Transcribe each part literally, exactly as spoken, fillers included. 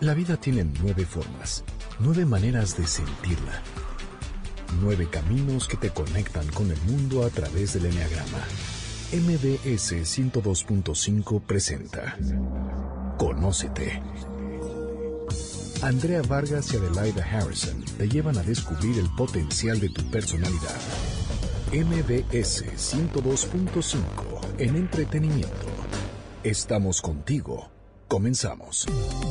La vida tiene nueve formas, nueve maneras de sentirla. Nueve caminos que te conectan con el mundo a través del eneagrama. M B S ciento dos punto cinco presenta Conócete. Andrea Vargas y Adelaida Harrison te llevan a descubrir el potencial de tu personalidad. M B S ciento dos punto cinco en entretenimiento. Estamos contigo. Comenzamos.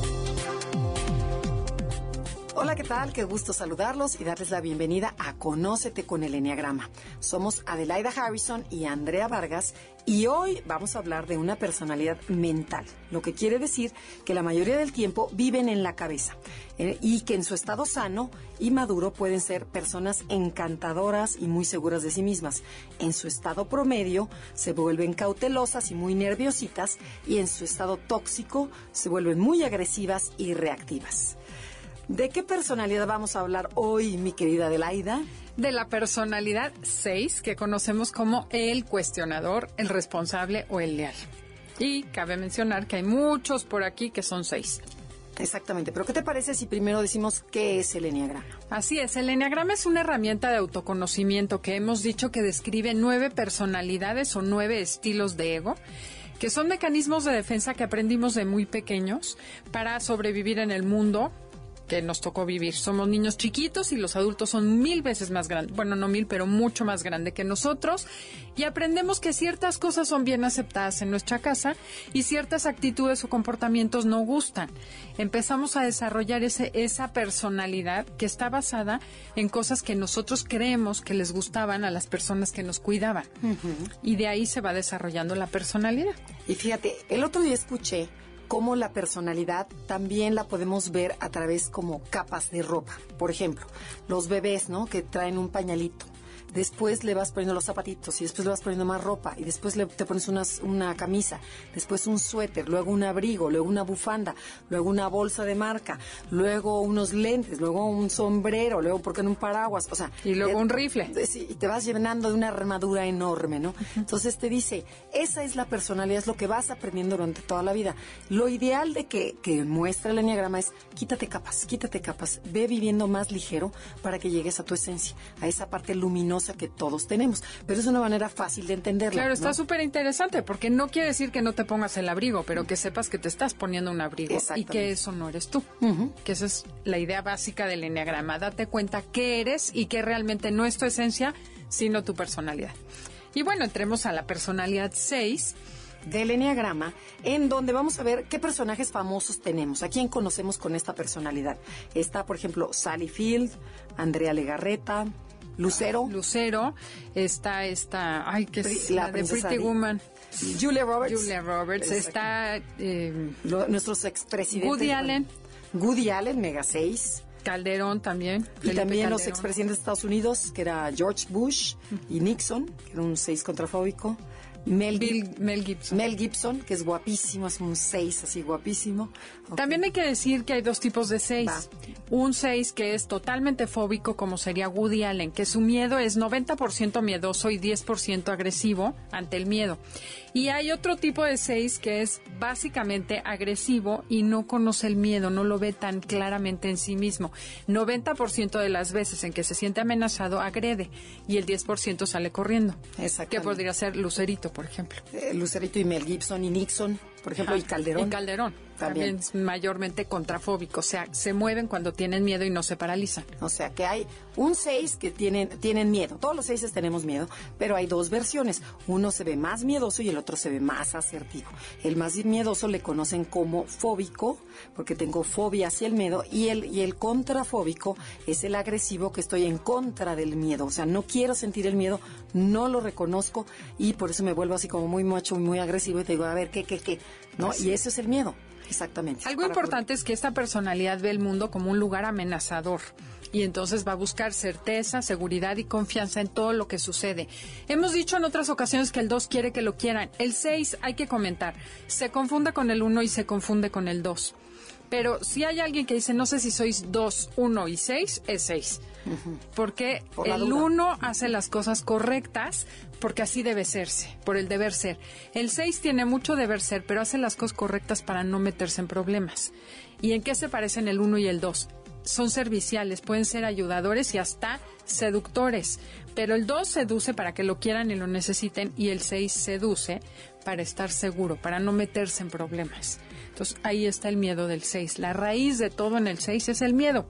Hola, ¿qué tal? Qué gusto saludarlos y darles la bienvenida a Conócete con el Eneagrama. Somos Adelaida Harrison y Andrea Vargas y hoy vamos a hablar de una personalidad mental, lo que quiere decir que la mayoría del tiempo viven en la cabeza eh, y que en su estado sano y maduro pueden ser personas encantadoras y muy seguras de sí mismas. En su estado promedio se vuelven cautelosas y muy nerviositas y en su estado tóxico se vuelven muy agresivas y reactivas. ¿De qué personalidad vamos a hablar hoy, mi querida Adelaida? De la personalidad seis, que conocemos como el cuestionador, el responsable o el leal. Y cabe mencionar que hay muchos por aquí que son seis. Exactamente, pero ¿qué te parece si primero decimos qué es el eneagrama? Así es, el eneagrama es una herramienta de autoconocimiento que hemos dicho que describe nueve personalidades o nueve estilos de ego, que son mecanismos de defensa que aprendimos de muy pequeños para sobrevivir en el mundo que nos tocó vivir. Somos niños chiquitos y los adultos son mil veces más grandes, bueno, no mil, pero mucho más grande que nosotros, y aprendemos que ciertas cosas son bien aceptadas en nuestra casa y ciertas actitudes o comportamientos no gustan. Empezamos a desarrollar ese, esa personalidad que está basada en cosas que nosotros creemos que les gustaban a las personas que nos cuidaban. Uh-huh. Y de ahí se va desarrollando la personalidad. Y fíjate, el otro día escuché cómo la personalidad también la podemos ver a través como capas de ropa. Por ejemplo, los bebés, ¿no? Que traen un pañalito. Después le vas poniendo los zapatitos y después le vas poniendo más ropa y después le, te pones una, una camisa, después un suéter, luego un abrigo, luego una bufanda, luego una bolsa de marca, luego unos lentes, luego un sombrero, luego, ¿por qué no un paraguas? O sea, y luego te, un rifle. Sí, y te vas llenando de una armadura enorme, ¿no? Uh-huh. Entonces te dice, esa es la personalidad, es lo que vas aprendiendo durante toda la vida. Lo ideal de que, que muestra el eneagrama es quítate capas, quítate capas, ve viviendo más ligero para que llegues a tu esencia, a esa parte luminosa que todos tenemos, pero es una manera fácil de entenderlo. Claro, está ¿no? súper interesante, porque no quiere decir que no te pongas el abrigo, pero que sepas que te estás poniendo un abrigo y que eso no eres tú. Uh-huh. Que esa es la idea básica del eneagrama. Date cuenta qué eres y que realmente no es tu esencia, sino tu personalidad. Y bueno, entremos a la personalidad seis del eneagrama, en donde vamos a ver qué personajes famosos tenemos, a quién conocemos con esta personalidad. Está, por ejemplo, Sally Field, Andrea Legarreta, Lucero. Lucero, está esta, ay, que es la, la de Pretty Woman. Julia Roberts. Julia Roberts, está eh, Lo, nuestros expresidentes. Woody Allen. Woody Allen, Mega seis. Calderón también. Y Felipe también Calderón. Los expresidentes de Estados Unidos, que era George Bush y Nixon, que era un seis contrafóbico. Mel, Bill, Mel Gibson. Mel Gibson, que es guapísimo, es un seis así guapísimo. Okay. También hay que decir que hay dos tipos de seis. Va. Un seis que es totalmente fóbico, como sería Woody Allen, que su miedo es noventa por ciento miedoso y diez por ciento agresivo ante el miedo. Y hay otro tipo de seis que es básicamente agresivo y no conoce el miedo, no lo ve tan claramente en sí mismo. noventa por ciento de las veces en que se siente amenazado agrede y el diez por ciento sale corriendo. Exactamente. Que podría ser Lucerito, por ejemplo. Eh, Lucerito y Mel Gibson y Nixon, por ejemplo, ah, y Calderón. Y Calderón. También. También es mayormente contrafóbico, o sea, se mueven cuando tienen miedo y no se paralizan. O sea, que hay un seis que tienen, tienen miedo. Todos los seises tenemos miedo, pero hay dos versiones. Uno se ve más miedoso y el otro se ve más asertivo. El más miedoso le conocen como fóbico, porque tengo fobia hacia el miedo, y el, y el contrafóbico es el agresivo, que estoy en contra del miedo. O sea, no quiero sentir el miedo, no lo reconozco y por eso me vuelvo así como muy macho, muy agresivo y te digo, a ver, ¿qué, qué, qué? ¿No? Así. Y eso es el miedo. Exactamente. Algo importante es que esta personalidad ve el mundo como un lugar amenazador y entonces va a buscar certeza, seguridad y confianza en todo lo que sucede. Hemos dicho en otras ocasiones que el dos quiere que lo quieran. El seis, hay que comentar, se confunde con el uno y se confunde con el dos. Pero si hay alguien que dice, no sé si sois dos, uno y seis, es seis. Uh-huh. Porque Por la el duda. uno hace las cosas correctas porque así debe serse, por el deber ser. El seis tiene mucho deber ser, pero hace las cosas correctas para no meterse en problemas. ¿Y en qué se parecen el uno y el dos? Son serviciales, pueden ser ayudadores y hasta seductores. Pero el dos seduce para que lo quieran y lo necesiten, y el seis seduce para estar seguro, para no meterse en problemas. Entonces, ahí está el miedo del seis. La raíz de todo en el seis es el miedo.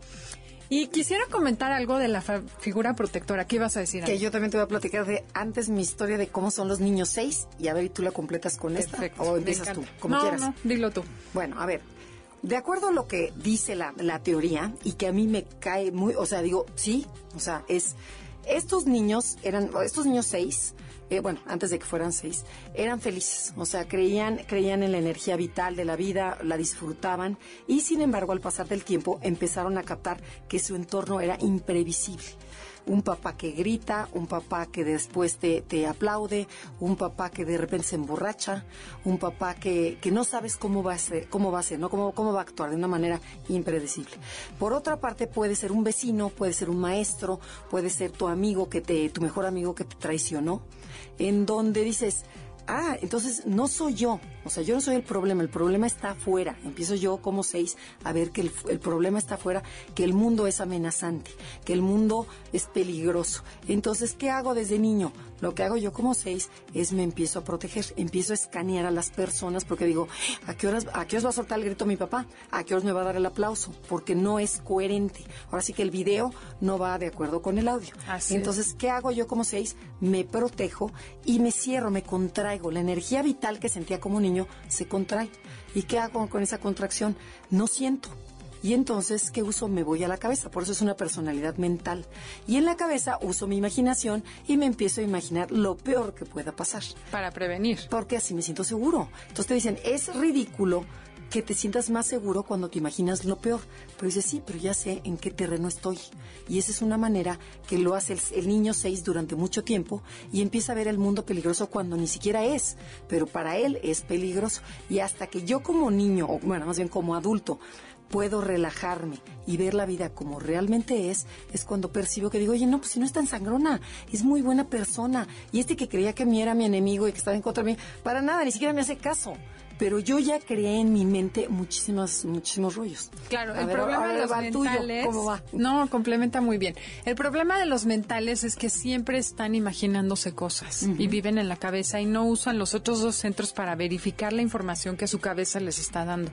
Y quisiera comentar algo de la fa- figura protectora. ¿Qué ibas a decir, Que Ana? yo también te voy a platicar de antes mi historia de cómo son los niños seis, y a ver, ¿y tú la completas con Perfecto. esta? O Me empiezas tú, encanta. como no, quieras. No, dilo tú. Bueno, a ver, de acuerdo a lo que dice la, la teoría, y que a mí me cae muy, o sea, digo, sí, o sea, es, estos niños eran, estos niños seis, eh, bueno, antes de que fueran seis, eran felices, o sea, creían, creían en la energía vital de la vida, la disfrutaban, y sin embargo, al pasar del tiempo, empezaron a captar que su entorno era imprevisible. Un papá que grita, un papá que después te, te aplaude, un papá que de repente se emborracha, un papá que, que no sabes cómo va a ser, cómo va a ser, ¿no? Cómo, cómo va a actuar de una manera impredecible. Por otra parte, puede ser un vecino, puede ser un maestro, puede ser tu amigo que te, tu mejor amigo que te traicionó, en donde dices, ah, entonces no soy yo, o sea, yo no soy el problema, el problema está afuera. Empiezo yo como seis a ver que el, el problema está afuera, que el mundo es amenazante, que el mundo es peligroso. Entonces, ¿qué hago desde niño? Lo que hago yo como seis es me empiezo a proteger, empiezo a escanear a las personas, porque digo, ¿a qué horas, a qué horas va a soltar el grito mi papá? ¿A qué horas me va a dar el aplauso? Porque no es coherente. Ahora sí que el video no va de acuerdo con el audio. Así Entonces, es. ¿qué hago yo como seis? Me protejo y me cierro, me contraigo. La energía vital que sentía como niño se contrae. ¿Y qué hago con esa contracción? No siento. Y entonces, ¿qué uso? Me voy a la cabeza. Por eso es una personalidad mental. Y en la cabeza uso mi imaginación y me empiezo a imaginar lo peor que pueda pasar. Para prevenir. Porque así me siento seguro. Entonces te dicen, es ridículo que te sientas más seguro cuando te imaginas lo peor. Pero dices, sí, pero ya sé en qué terreno estoy. Y esa es una manera que lo hace el, el niño seis durante mucho tiempo y empieza a ver el mundo peligroso cuando ni siquiera es. Pero para él es peligroso. Y hasta que yo como niño, o bueno, más bien como adulto, puedo relajarme y ver la vida como realmente es, es cuando percibo que digo, oye, no, pues si no es tan sangrona, es muy buena persona. Y este que creía que mí era mi enemigo y que estaba en contra de mí, para nada, ni siquiera me hace caso. Pero yo ya creé en mi mente muchísimas, muchísimos rollos. Claro, A el ver, problema ahora de los va el tuyo, mentales... ¿cómo va? No, complementa muy bien. El problema de los mentales es que siempre están imaginándose cosas Uh-huh. y viven en la cabeza y no usan los otros dos centros para verificar la información que su cabeza les está dando.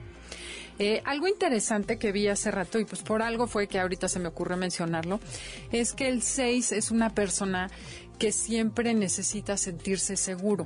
Eh, algo interesante que vi hace rato, y pues por algo fue que ahorita se me ocurrió mencionarlo, es que el seis es una persona que siempre necesita sentirse seguro.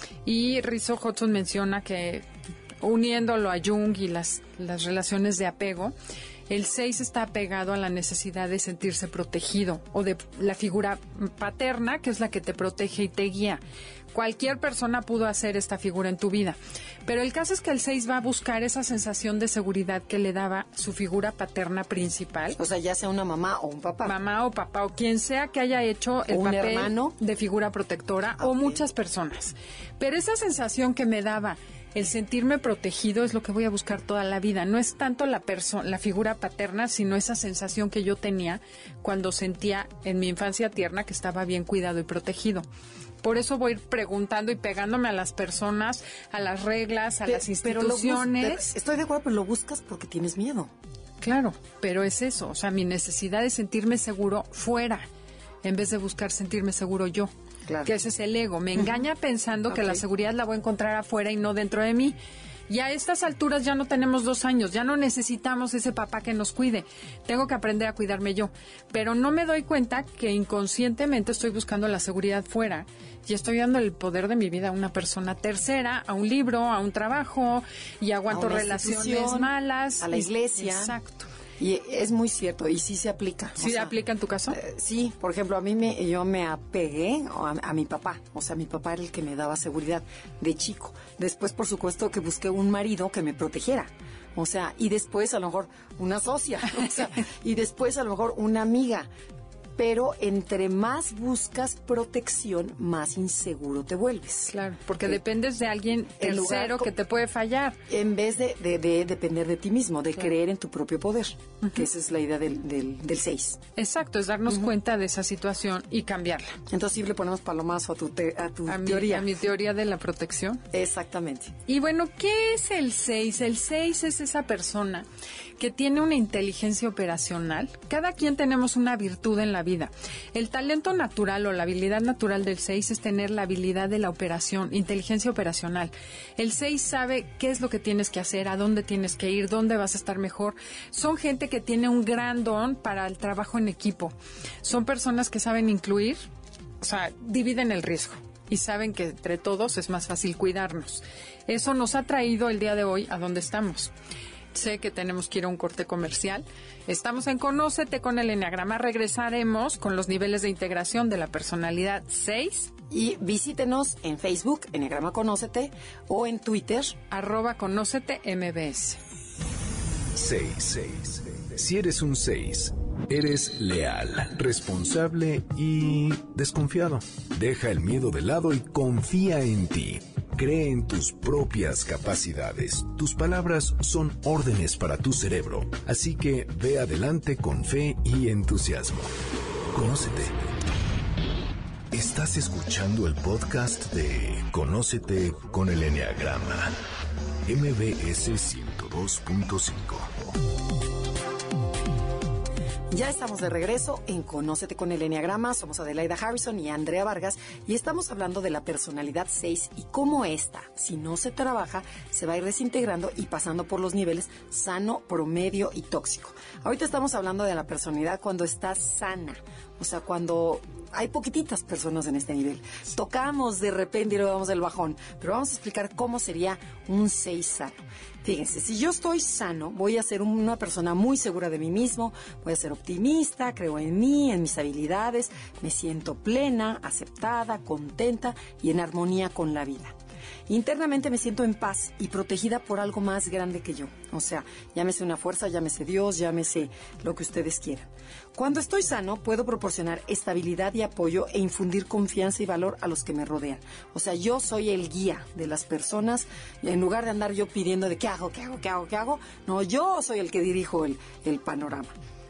Y Rizzo Hudson menciona que, uniéndolo a Jung y las, las relaciones de apego, el seis está apegado a la necesidad de sentirse protegido o de la figura paterna, que es la que te protege y te guía. Cualquier persona pudo hacer esta figura en tu vida. Pero el caso es que el seis va a buscar esa sensación de seguridad que le daba su figura paterna principal. O sea, ya sea una mamá o un papá. Mamá o papá o quien sea que haya hecho el ¿O un papel hermano? de figura protectora o Ok. muchas personas. Pero esa sensación que me daba el sentirme protegido es lo que voy a buscar toda la vida. No es tanto la perso- la figura paterna, sino esa sensación que yo tenía cuando sentía en mi infancia tierna que estaba bien cuidado y protegido. Por eso voy a ir preguntando y pegándome a las personas, a las reglas, a Pe- las pero lo bus- instituciones. pero estoy de acuerdo, pero lo buscas porque tienes miedo. Claro, pero es eso, o sea, mi necesidad de sentirme seguro fuera, en vez de buscar sentirme seguro yo. Claro. Que ese es el ego. Me engaña pensando que Ok. la seguridad la voy a encontrar afuera y no dentro de mí. Y a estas alturas ya no tenemos dos años, ya no necesitamos ese papá que nos cuide. Tengo que aprender a cuidarme yo. Pero no me doy cuenta que inconscientemente estoy buscando la seguridad fuera y estoy dando el poder de mi vida a una persona tercera, a un libro, a un trabajo, y aguanto A una relaciones institución, malas. a la Y- iglesia. Exacto. Y es muy cierto, y sí se aplica. O ¿Sí sea, aplica en tu caso? Eh, sí, por ejemplo, a mí me, yo me apegué a, a mi papá, o sea, mi papá era el que me daba seguridad de chico. Después, por supuesto, que busqué un marido que me protegiera, o sea, y después a lo mejor una socia, o sea, y después a lo mejor una amiga. pero entre más buscas protección, más inseguro te vuelves. Claro, porque eh, dependes de alguien tercero que te puede fallar. En vez de, de, de depender de ti mismo, de claro. creer en tu propio poder, uh-huh. que esa es la idea del, del, del seis. Exacto, es darnos uh-huh. cuenta de esa situación y cambiarla. Entonces sí le ponemos palomazo a tu, te, a tu a teoría. Mi, a mi teoría de la protección. Exactamente. Y bueno, ¿qué es el seis? El seis es esa persona que tiene una inteligencia operacional. Cada quien tenemos una virtud en la vida. El talento natural o la habilidad natural del seis es tener la habilidad de la operación, inteligencia operacional. El seis sabe qué es lo que tienes que hacer, a dónde tienes que ir, dónde vas a estar mejor. Son gente que tiene un gran don para el trabajo en equipo. Son personas que saben incluir, o sea, dividen el riesgo y saben que entre todos es más fácil cuidarnos. Eso nos ha traído el día de hoy a donde estamos. Sé que tenemos que ir a un corte comercial. Estamos en Conócete con el Enneagrama. Regresaremos con los niveles de integración de la personalidad seis. Y visítenos en Facebook, Enneagrama Conócete, o en Twitter, arroba Conócete M B S. seis, seis. Si eres un seis, eres leal, responsable y desconfiado. Deja el miedo de lado y confía en ti. Cree en tus propias capacidades. Tus palabras son órdenes para tu cerebro. Así que ve adelante con fe y entusiasmo. Conócete. Estás escuchando el podcast de Conócete con el Enneagrama. M B S ciento dos punto cinco. Ya estamos de regreso en Conócete con el Enneagrama. Somos Adelaida Harrison y Andrea Vargas y estamos hablando de la personalidad seis y cómo esta, si no se trabaja, se va a ir desintegrando y pasando por los niveles sano, promedio y tóxico. Ahorita estamos hablando de la personalidad cuando está sana, o sea, cuando hay poquititas personas en este nivel. Tocamos de repente y luego damos el bajón, pero vamos a explicar cómo sería un seis sano. Fíjense, si yo estoy sano, voy a ser una persona muy segura de mí mismo, voy a ser optimista, creo en mí, en mis habilidades, me siento plena, aceptada, contenta y en armonía con la vida. Internamente me siento en paz y protegida por algo más grande que yo. O sea, llámese una fuerza, llámese Dios, llámese lo que ustedes quieran. Cuando estoy sano, puedo proporcionar estabilidad y apoyo e infundir confianza y valor a los que me rodean. O sea, yo soy el guía de las personas. En lugar de andar yo pidiendo de qué hago, qué hago, qué hago, qué hago, no, yo soy el que dirijo el, el panorama.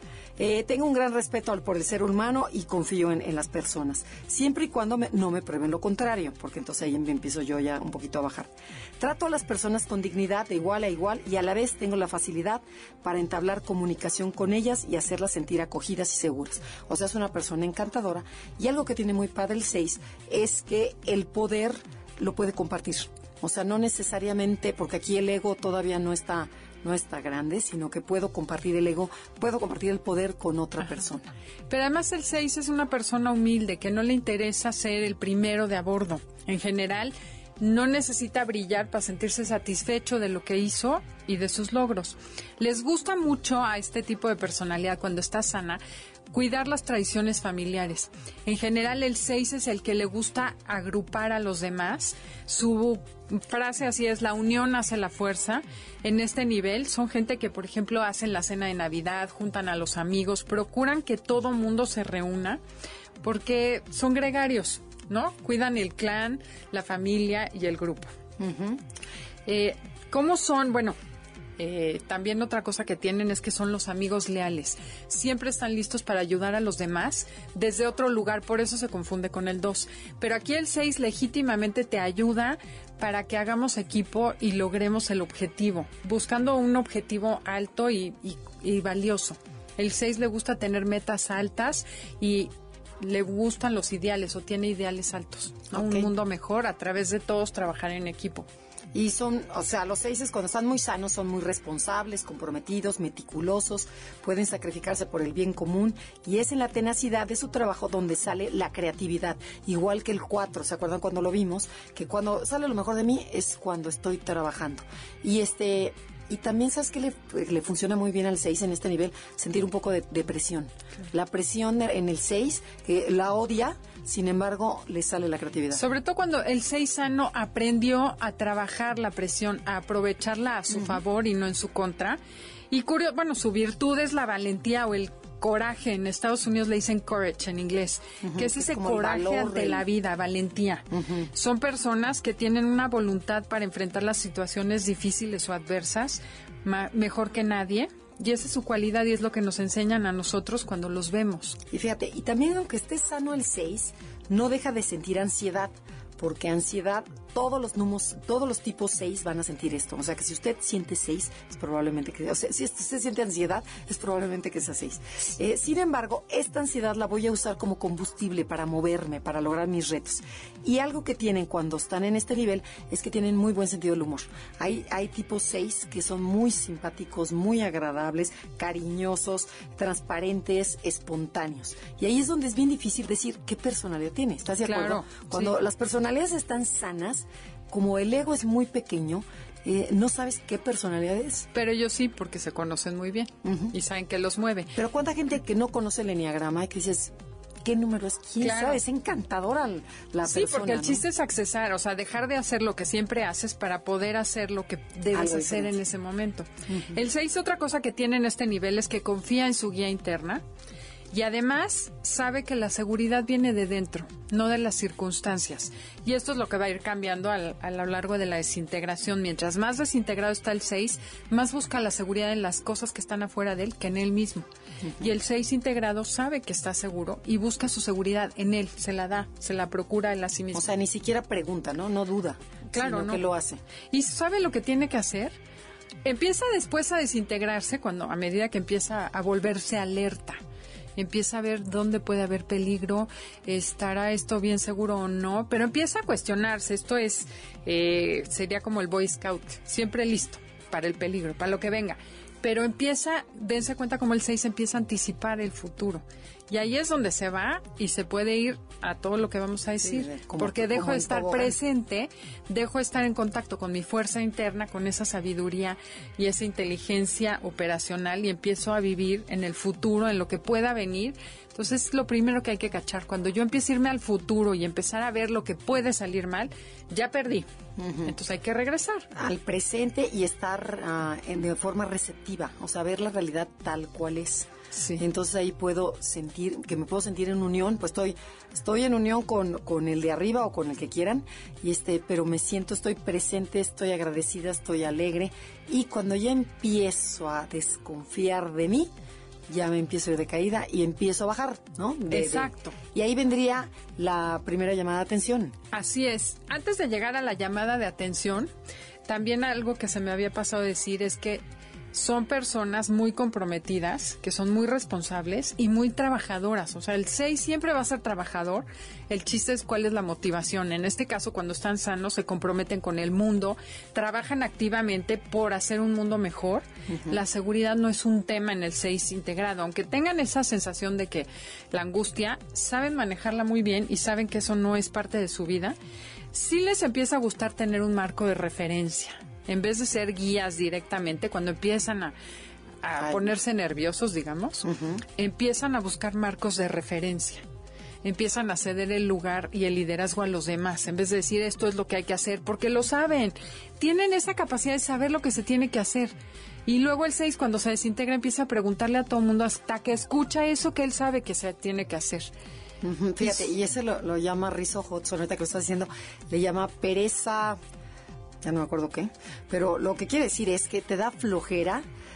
Eh, tengo un gran respeto por el ser humano y confío en, en las personas, siempre y cuando me, no me prueben lo contrario, porque entonces ahí empiezo yo ya un poquito a bajar. Trato a las personas con dignidad de igual a igual y a la vez tengo la facilidad para entablar comunicación con ellas y hacerlas sentir acogidas y seguras. O sea, es una persona encantadora y algo que tiene muy padre el seis es que el poder lo puede compartir. O sea, no necesariamente, porque aquí el ego todavía no está... no está grande, sino que puedo compartir el ego, puedo compartir el poder con otra persona. Pero además el seis es una persona humilde, que no le interesa ser el primero de a bordo. En general, no necesita brillar para sentirse satisfecho de lo que hizo y de sus logros. Les gusta mucho a este tipo de personalidad, cuando está sana, cuidar las tradiciones familiares. En general, el seis es el que le gusta agrupar a los demás. Su frase así es: la unión hace la fuerza. En este nivel son gente que, por ejemplo, hacen la cena de Navidad, juntan a los amigos, procuran que todo mundo se reúna porque son gregarios, ¿no? Cuidan el clan, la familia y el grupo. Uh-huh. Eh, ¿Cómo son? Bueno... Eh, también otra cosa que tienen es que son los amigos leales. Siempre están listos para ayudar a los demás desde otro lugar, por eso se confunde con el dos. Pero aquí el seis legítimamente te ayuda para que hagamos equipo y logremos el objetivo, buscando un objetivo alto y, y, y valioso. El seis le gusta tener metas altas y le gustan los ideales o tiene ideales altos, ¿no? Okay. Un mundo mejor a través de todos trabajar en equipo. Y son, o sea, los seises cuando están muy sanos son muy responsables, comprometidos, meticulosos, pueden sacrificarse por el bien común y es en la tenacidad de su trabajo donde sale la creatividad. Igual que el cuatro, ¿se acuerdan cuando lo vimos? Que cuando sale lo mejor de mí es cuando estoy trabajando. Y este... Y también, ¿sabes qué le, le funciona muy bien al seis en este nivel? Sentir un poco de, de presión. Claro. La presión en el seis, que la odia, sin embargo, le sale la creatividad. Sobre todo cuando el seis sano aprendió a trabajar la presión, a aprovecharla a su uh-huh. favor y no en su contra. Y curioso, bueno, su virtud es la valentía o el coraje. En Estados Unidos le dicen courage en inglés, uh-huh, que es ese coraje ante la vida, valentía. Uh-huh. Son personas que tienen una voluntad para enfrentar las situaciones difíciles o adversas ma- mejor que nadie. Y esa es su cualidad y es lo que nos enseñan a nosotros cuando los vemos. Y fíjate, y también aunque esté sano el seis, no deja de sentir ansiedad, porque ansiedad, todos los números, todos los tipos seis van a sentir esto. O sea, que si usted siente seis, es probablemente que... O sea, si usted siente ansiedad, es probablemente que sea seis. Eh, sin embargo, esta ansiedad la voy a usar como combustible para moverme, para lograr mis retos. Y algo que tienen cuando están en este nivel es que tienen muy buen sentido del humor. Hay, hay tipos seis que son muy simpáticos, muy agradables, cariñosos, transparentes, espontáneos. Y ahí es donde es bien difícil decir qué personalidad tiene. ¿Estás de acuerdo? Claro, Cuando sí. las personalidades están sanas, como el ego es muy pequeño, eh, no sabes qué personalidad es. Pero ellos sí, porque se conocen muy bien uh-huh. y saben qué los mueve. Pero cuánta gente que no conoce el enneagrama y que dices, ¿qué número es? ¿Quién claro. sabe? Es encantadora la sí, persona. Sí, porque el ¿no? chiste es accesar, o sea, dejar de hacer lo que siempre haces para poder hacer lo que debes Algo hacer diferente. en ese momento. Uh-huh. El seis, otra cosa que tiene en este nivel es que confía en su guía interna. Y además sabe que la seguridad viene de dentro, no de las circunstancias. Y esto es lo que va a ir cambiando al, a lo largo de la desintegración. Mientras más desintegrado está el seis, más busca la seguridad en las cosas que están afuera de él que en él mismo. Uh-huh. Y el seis integrado sabe que está seguro y busca su seguridad en él, se la da, se la procura él a sí mismo. O sea, ni siquiera pregunta, ¿no? No duda, claro, sino no. que lo hace. ¿Y sabe lo que tiene que hacer? Empieza después a desintegrarse cuando a medida que empieza a volverse alerta. Empieza a ver dónde puede haber peligro, estará esto bien seguro o no, pero empieza a cuestionarse. Esto es, eh, sería como el Boy Scout, siempre listo para el peligro, para lo que venga. Pero empieza, dense cuenta como el seis empieza a anticipar el futuro. Y ahí es donde se va y se puede ir a todo lo que vamos a decir. Sí, como, porque dejo de estar tobogán. presente, dejo de estar en contacto con mi fuerza interna, con esa sabiduría y esa inteligencia operacional y empiezo a vivir en el futuro, en lo que pueda venir. Entonces es lo primero que hay que cachar. Cuando yo empiezo a irme al futuro y empezar a ver lo que puede salir mal, ya perdí. Uh-huh. Entonces hay que regresar al presente y estar uh, en, de forma receptiva, o sea, ver la realidad tal cual es. Sí. Entonces ahí puedo sentir, que me puedo sentir en unión, pues estoy, estoy en unión con, con el de arriba o con el que quieran, y este, pero me siento, estoy presente, estoy agradecida, estoy alegre, y cuando ya empiezo a desconfiar de mí, ya me empiezo a ir de caída y empiezo a bajar, ¿no? De, Exacto. De, y ahí vendría la primera llamada de atención. Así es. Antes de llegar a la llamada de atención, también algo que se me había pasado a decir es que son personas muy comprometidas, que son muy responsables y muy trabajadoras. O sea, el seis siempre va a ser trabajador. El chiste es cuál es la motivación. En este caso, cuando están sanos, se comprometen con el mundo, trabajan activamente por hacer un mundo mejor. Uh-huh. La seguridad no es un tema en el seis integrado. Aunque tengan esa sensación de que la angustia, saben manejarla muy bien y saben que eso no es parte de su vida. Sí les empieza a gustar tener un marco de referencia. En vez de ser guías directamente, cuando empiezan a, a ponerse nerviosos, digamos, uh-huh. empiezan a buscar marcos de referencia. Empiezan a ceder el lugar y el liderazgo a los demás, en vez de decir esto es lo que hay que hacer, porque lo saben. Tienen esa capacidad de saber lo que se tiene que hacer. Y luego el seis, cuando se desintegra, empieza a preguntarle a todo el mundo hasta que escucha eso que él sabe que se tiene que hacer. Uh-huh. Fíjate, y ese lo, lo llama Rizzo Hudson, ahorita que lo estás diciendo, le llama pereza... ya no me acuerdo qué, pero lo que quiere decir es que te da flojera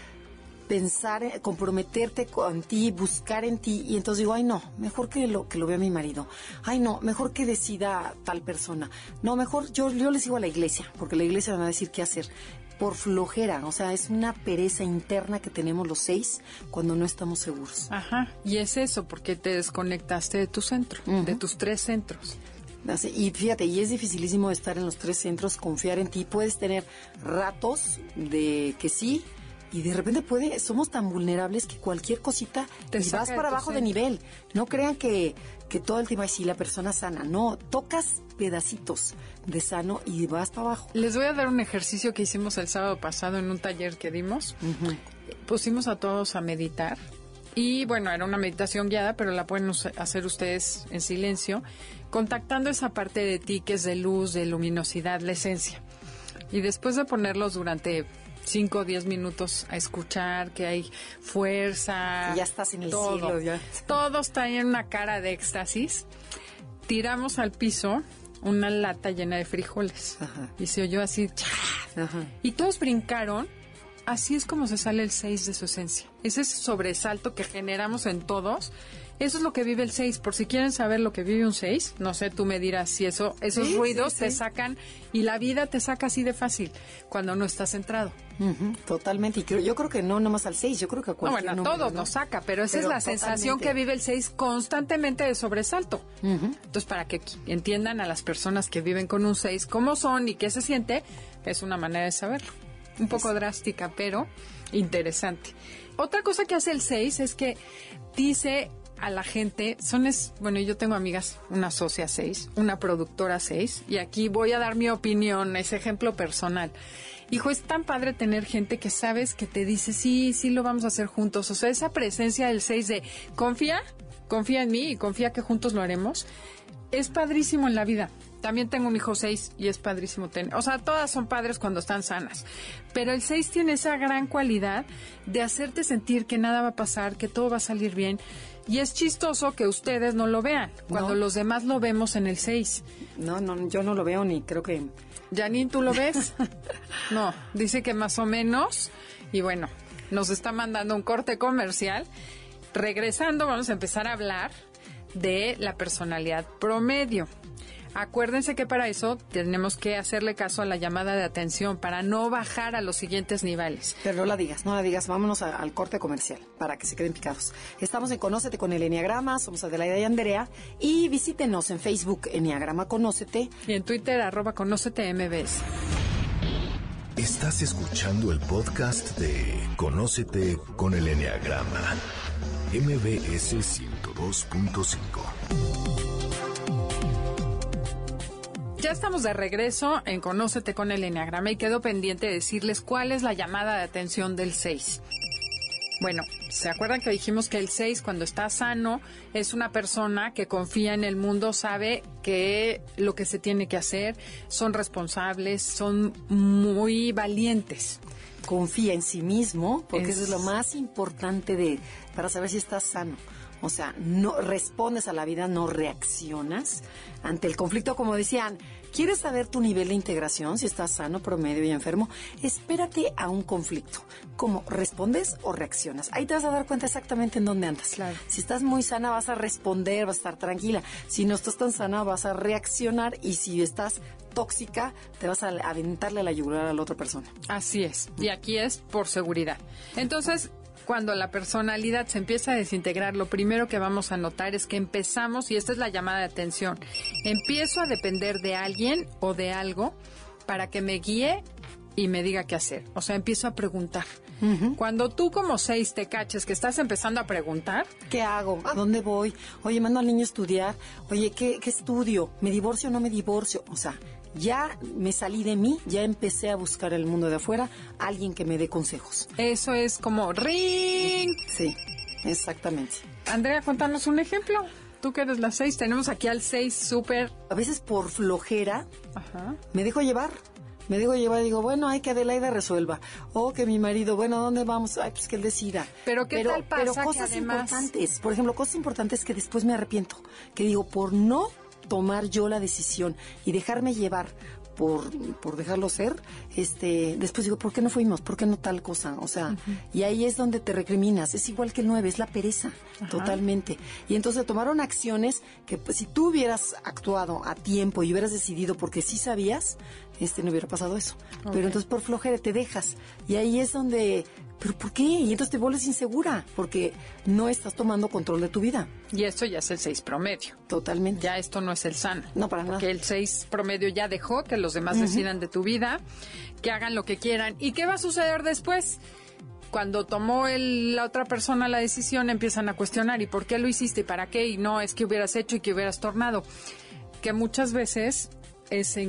pensar, comprometerte con ti, buscar en ti, y entonces digo, ay no, mejor que lo que lo vea mi marido, ay no, mejor que decida tal persona, no, mejor yo, yo les digo a la iglesia, porque la iglesia me va a decir qué hacer, por flojera, o sea, es una pereza interna que tenemos los seis cuando no estamos seguros. Ajá, y es eso, porque te desconectaste de tu centro, uh-huh. de tus tres centros. Y fíjate, y es dificilísimo estar en los tres centros, confiar en ti. Puedes tener ratos de que sí, y de repente puede, somos tan vulnerables que cualquier cosita te y vas para abajo de nivel. No crean que, que todo el tiempo es sí, la persona sana. No, tocas pedacitos de sano y vas para abajo. Les voy a dar un ejercicio que hicimos el sábado pasado en un taller que dimos. Uh-huh. Pusimos a todos a meditar. Y bueno, era una meditación guiada, pero la pueden hacer ustedes en silencio, contactando esa parte de ti que es de luz, de luminosidad, la esencia. Y después de ponerlos durante cinco o diez minutos a escuchar, que hay fuerza. Ya estás en el todo, cielo. Ya. Todos traen una cara de éxtasis. Tiramos al piso una lata llena de frijoles. Ajá. Y se oyó así. Ajá. Y todos brincaron. Así es como se sale el seis de su esencia. Ese sobresalto que generamos en todos. Eso es lo que vive el seis. Por si quieren saber lo que vive un seis, no sé, tú me dirás si eso, esos sí, ruidos sí, te sí. sacan y la vida te saca así de fácil cuando no estás centrado. Uh-huh, totalmente. Y creo, yo creo que no nomás al seis, yo creo que a No, cualquier bueno, a número, todos ¿no? nos saca, pero esa Pero es la sensación totalmente. que vive el seis constantemente de sobresalto. Uh-huh. Entonces, para que entiendan a las personas que viven con un seis cómo son y qué se siente, es una manera de saberlo. Un poco drástica, pero interesante. Otra cosa que hace el seis es que dice a la gente, son es, bueno, yo tengo amigas, una socia seis, una productora seis, y aquí voy a dar mi opinión, ese ejemplo personal. Hijo, es tan padre tener gente que sabes que te dice, sí, sí lo vamos a hacer juntos. O sea, esa presencia del seis de confía, confía en mí y confía que juntos lo haremos, es padrísimo en la vida. También tengo un hijo seis y es padrísimo tener. O sea, todas son padres cuando están sanas. Pero el seis tiene esa gran cualidad de hacerte sentir que nada va a pasar, que todo va a salir bien. Y es chistoso que ustedes no lo vean, cuando No. los demás lo vemos en el seis. No, no, yo no lo veo ni creo que... Janine, ¿tú lo ves? No, dice que más o menos. Y bueno, nos está mandando un corte comercial. Regresando, vamos a empezar a hablar de la personalidad promedio. Acuérdense que para eso tenemos que hacerle caso a la llamada de atención para no bajar a los siguientes niveles. Pero no la digas, no la digas. Vámonos a- al corte comercial para que se queden picados. Estamos en Conócete con el Enneagrama, somos Adelaida y Andrea. Y visítenos en Facebook, Enneagrama Conócete. Y en Twitter, arroba Conócete M B S. Estás escuchando el podcast de Conócete con el Enneagrama, M B S ciento dos punto cinco. Ya estamos de regreso en Conócete con el Enneagrama y quedo pendiente de decirles cuál es la llamada de atención del seis. Bueno, ¿se acuerdan que dijimos que el seis, cuando está sano, es una persona que confía en el mundo, sabe que lo que se tiene que hacer, son responsables, son muy valientes? Confía en sí mismo, porque Es- eso es lo más importante de para saber si estás sano. O sea, no respondes a la vida, no reaccionas ante el conflicto, como decían. ¿Quieres saber tu nivel de integración, si estás sano, promedio y enfermo? Espérate a un conflicto. ¿Cómo? ¿Respondes o reaccionas? Ahí te vas a dar cuenta exactamente en dónde andas. Claro. Si estás muy sana, vas a responder, vas a estar tranquila. Si no estás tan sana, vas a reaccionar. Y si estás tóxica, te vas a aventarle la yugular a la otra persona. Así es, y aquí es por seguridad. Entonces, cuando la personalidad se empieza a desintegrar, lo primero que vamos a notar es que empezamos, y esta es la llamada de atención, empiezo a depender de alguien o de algo para que me guíe y me diga qué hacer. O sea, empiezo a preguntar. Cuando tú como seis te caches que estás empezando a preguntar, ¿Qué hago? ¿A dónde voy? Oye, mando al niño a estudiar. Oye, ¿qué, qué estudio? ¿Me divorcio o no me divorcio? O sea, ya me salí de mí, ya empecé a buscar el mundo de afuera, alguien que me dé consejos. eso es como ring. Sí, exactamente. Andrea, cuéntanos un ejemplo. Tú que eres la seis, tenemos aquí al seis súper... A veces por flojera Ajá. me dejo llevar. Me dejo llevar y digo, bueno, hay que Adelaida resuelva. O que mi marido, bueno, ¿a dónde vamos? Ay, pues que él decida. Pero ¿qué tal pasa Pero que cosas además- importantes, por ejemplo, cosas importantes que después me arrepiento. Que digo, por no tomar yo la decisión y dejarme llevar por, por dejarlo ser, este, después digo, ¿por qué no fuimos? ¿Por qué no tal cosa? O sea, y ahí es donde te recriminas. Es igual que el nueve, es la pereza, totalmente. Y entonces tomaron acciones que pues, si tú hubieras actuado a tiempo y hubieras decidido porque sí sabías, este, no hubiera pasado eso. Ok. Pero entonces por flojera te dejas. Y ahí es donde, ¿pero por qué? Y entonces te vuelves insegura porque no estás tomando control de tu vida. Y esto ya es el seis promedio. Totalmente. Ya esto no es el sano. No, para nada. Que el seis promedio ya dejó que los demás decidan de tu vida, que hagan lo que quieran. ¿Y qué va a suceder después? Cuando tomó el- la otra persona la decisión, empiezan a cuestionar, ¿y por qué lo hiciste? ¿Y para qué? Y no, es que hubieras hecho y que hubieras tornado. Que muchas veces es en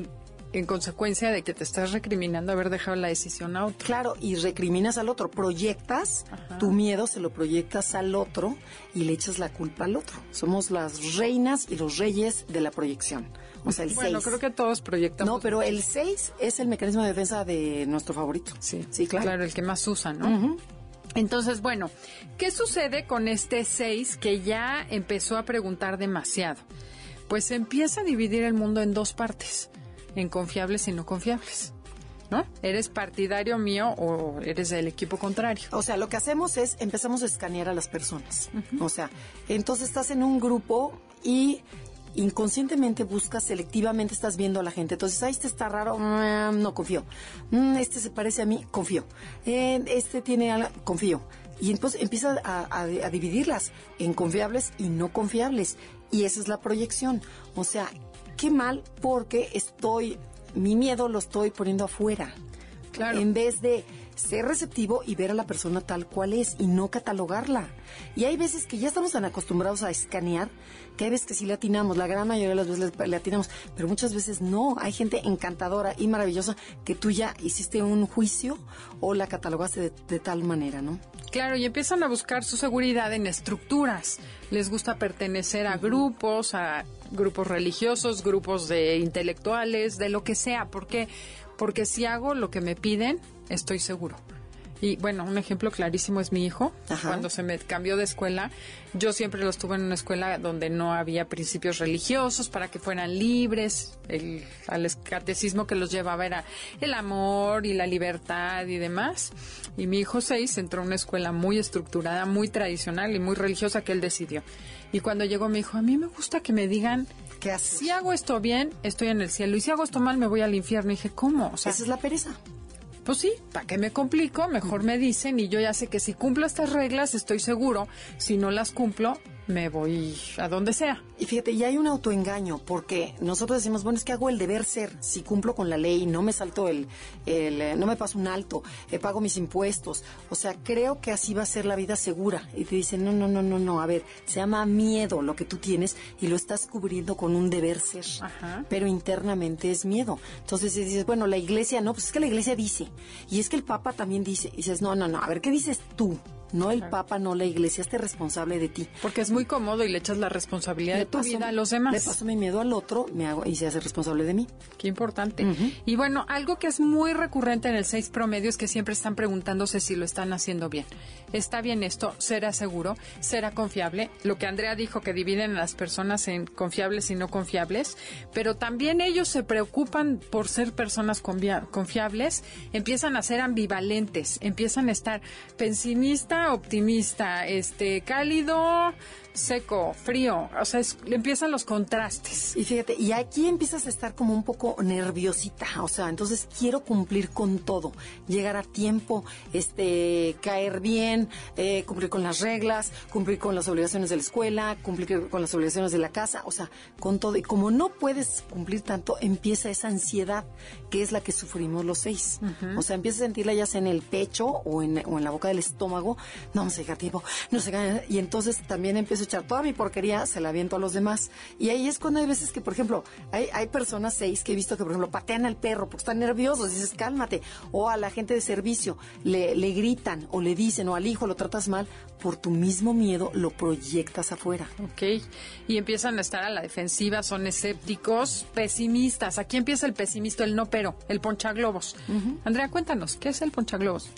en consecuencia de que te estás recriminando haber dejado la decisión a otro. Claro, y recriminas al otro, proyectas, Ajá. tu miedo se lo proyectas al otro y le echas la culpa al otro. Somos las reinas y los reyes de la proyección. O sea, el seis. Bueno, creo que todos proyectamos. No, pero el seis es el mecanismo de defensa de nuestro favorito. Sí, sí, claro. Claro, el que más usa, ¿no? Uh-huh. Entonces, bueno, ¿qué sucede con este seis que ya empezó a preguntar demasiado? Pues empieza a dividir el mundo en dos partes, en confiables y no confiables, ¿no? ¿Eres partidario mío o eres del equipo contrario? O sea, lo que hacemos es empezamos a escanear a las personas. Uh-huh. O sea, entonces estás en un grupo y inconscientemente buscas, selectivamente estás viendo a la gente. Entonces, ah, este está raro, mm, no confío. Mm, este se parece a mí, confío. Eh, este tiene algo, confío. Y entonces empiezas a, a, a dividirlas en confiables y no confiables. Y esa es la proyección. O sea, qué mal porque estoy, mi miedo lo estoy poniendo afuera. Claro. En vez de ser receptivo y ver a la persona tal cual es y no catalogarla. Y hay veces que ya estamos tan acostumbrados a escanear que hay veces que sí le atinamos, la gran mayoría de las veces le, le atinamos, pero muchas veces no. Hay gente encantadora y maravillosa que tú ya hiciste un juicio o la catalogaste de, de tal manera, ¿no? Claro, y empiezan a buscar su seguridad en estructuras. Les gusta pertenecer a uh-huh. grupos, a grupos religiosos, grupos de intelectuales, de lo que sea. ¿Por qué? Porque si hago lo que me piden, estoy seguro. Y bueno, un ejemplo clarísimo es mi hijo. Ajá. Cuando se me cambió de escuela, yo siempre lo estuve en una escuela donde no había principios religiosos para que fueran libres. El, al catecismo que los llevaba era el amor y la libertad y demás. Y mi hijo seis entró a una escuela muy estructurada, muy tradicional y muy religiosa que él decidió. Y cuando llegó me dijo, a mí me gusta que me digan ¿qué haces? Si hago esto bien, estoy en el cielo. Y si hago esto mal, me voy al infierno. Y dije, ¿cómo? O sea, esa es la pereza. Pues sí, ¿para qué me complico? Mejor me dicen y yo ya sé que si cumplo estas reglas estoy seguro. Si no las cumplo, me voy a donde sea. Y fíjate, ya hay un autoengaño, porque nosotros decimos, bueno, es que hago el deber ser, si cumplo con la ley, no me salto el, el no me paso un alto, eh, pago mis impuestos, o sea, creo que así va a ser la vida segura. Y te dicen, no, no, no, no, no, a ver, se llama miedo lo que tú tienes y lo estás cubriendo con un deber ser. Ajá. Pero internamente es miedo. Entonces dices, bueno, la iglesia, no, pues es que la iglesia dice, y es que el Papa también dice, y dices, no, no, no, a ver, ¿qué dices tú? No el Papa, no la iglesia, esté responsable de ti. Porque es muy cómodo y le echas la responsabilidad le de tu paso, vida a los demás. Le paso mi miedo al otro me hago, y se hace responsable de mí. Qué importante. Uh-huh. Y bueno, algo que es muy recurrente en el seis promedio es que siempre están preguntándose si lo están haciendo bien. ¿Está bien esto? ¿Será seguro? ¿Será confiable? Lo que Andrea dijo, que dividen a las personas en confiables y no confiables, pero también ellos se preocupan por ser personas confia- confiables, empiezan a ser ambivalentes, empiezan a estar pesimistas, optimista, este, cálido, seco, frío, o sea, es, empiezan los contrastes. Y fíjate, y aquí empiezas a estar como un poco nerviosita, o sea, entonces quiero cumplir con todo, llegar a tiempo, este, caer bien, eh, cumplir con las reglas, cumplir con las obligaciones de la escuela, cumplir con las obligaciones de la casa, o sea, con todo. Y como no puedes cumplir tanto, empieza esa ansiedad, que es la que sufrimos los seis. Uh-huh. O sea, empiezas a sentirla ya sea en el pecho o en, o en la boca del estómago, no vamos a llegar a tiempo, no se gana, y entonces también empiezo a echar toda mi porquería, se la aviento a los demás. Y ahí es cuando hay veces que, por ejemplo, hay, hay personas seis que he visto que, por ejemplo, patean al perro porque están nerviosos, dices, cálmate, o a la gente de servicio le, le gritan o le dicen, o al hijo lo tratas mal, por tu mismo miedo lo proyectas afuera. Ok, y empiezan a estar a la defensiva, son escépticos, pesimistas. Aquí empieza el pesimista, el no pero, el ponchaglobos. Uh-huh. Andrea, cuéntanos, ¿qué es el ponchaglobos?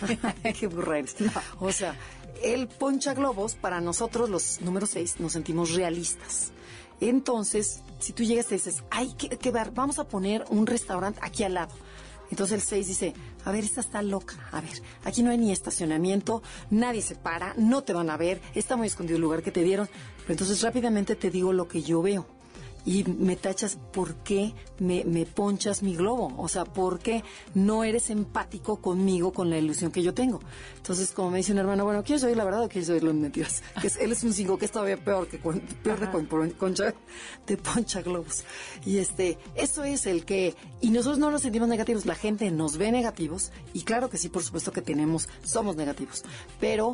Qué burra eres. O sea, el ponchaglobos, para nosotros los números seis nos sentimos realistas. Entonces, si tú llegas y te dices, ay, que, que ver, vamos a poner un restaurante aquí al lado. Entonces el seis dice, a ver, esta está loca, a ver, aquí no hay ni estacionamiento, nadie se para, no te van a ver, está muy escondido el lugar que te dieron. Pero entonces rápidamente te digo lo que yo veo. Y me tachas, ¿por qué me, me ponchas mi globo? O sea, ¿por qué no eres empático conmigo, con la ilusión que yo tengo? Entonces, como me dice una hermana, bueno, ¿quieres oír la verdad o quieres oír las mentiras? Que es, él es un cinco, que es todavía peor que con, peor de con, con, concha, de poncha globos. Y este, eso es el que, y nosotros no nos sentimos negativos, la gente nos ve negativos, y claro que sí, por supuesto que tenemos, somos negativos, pero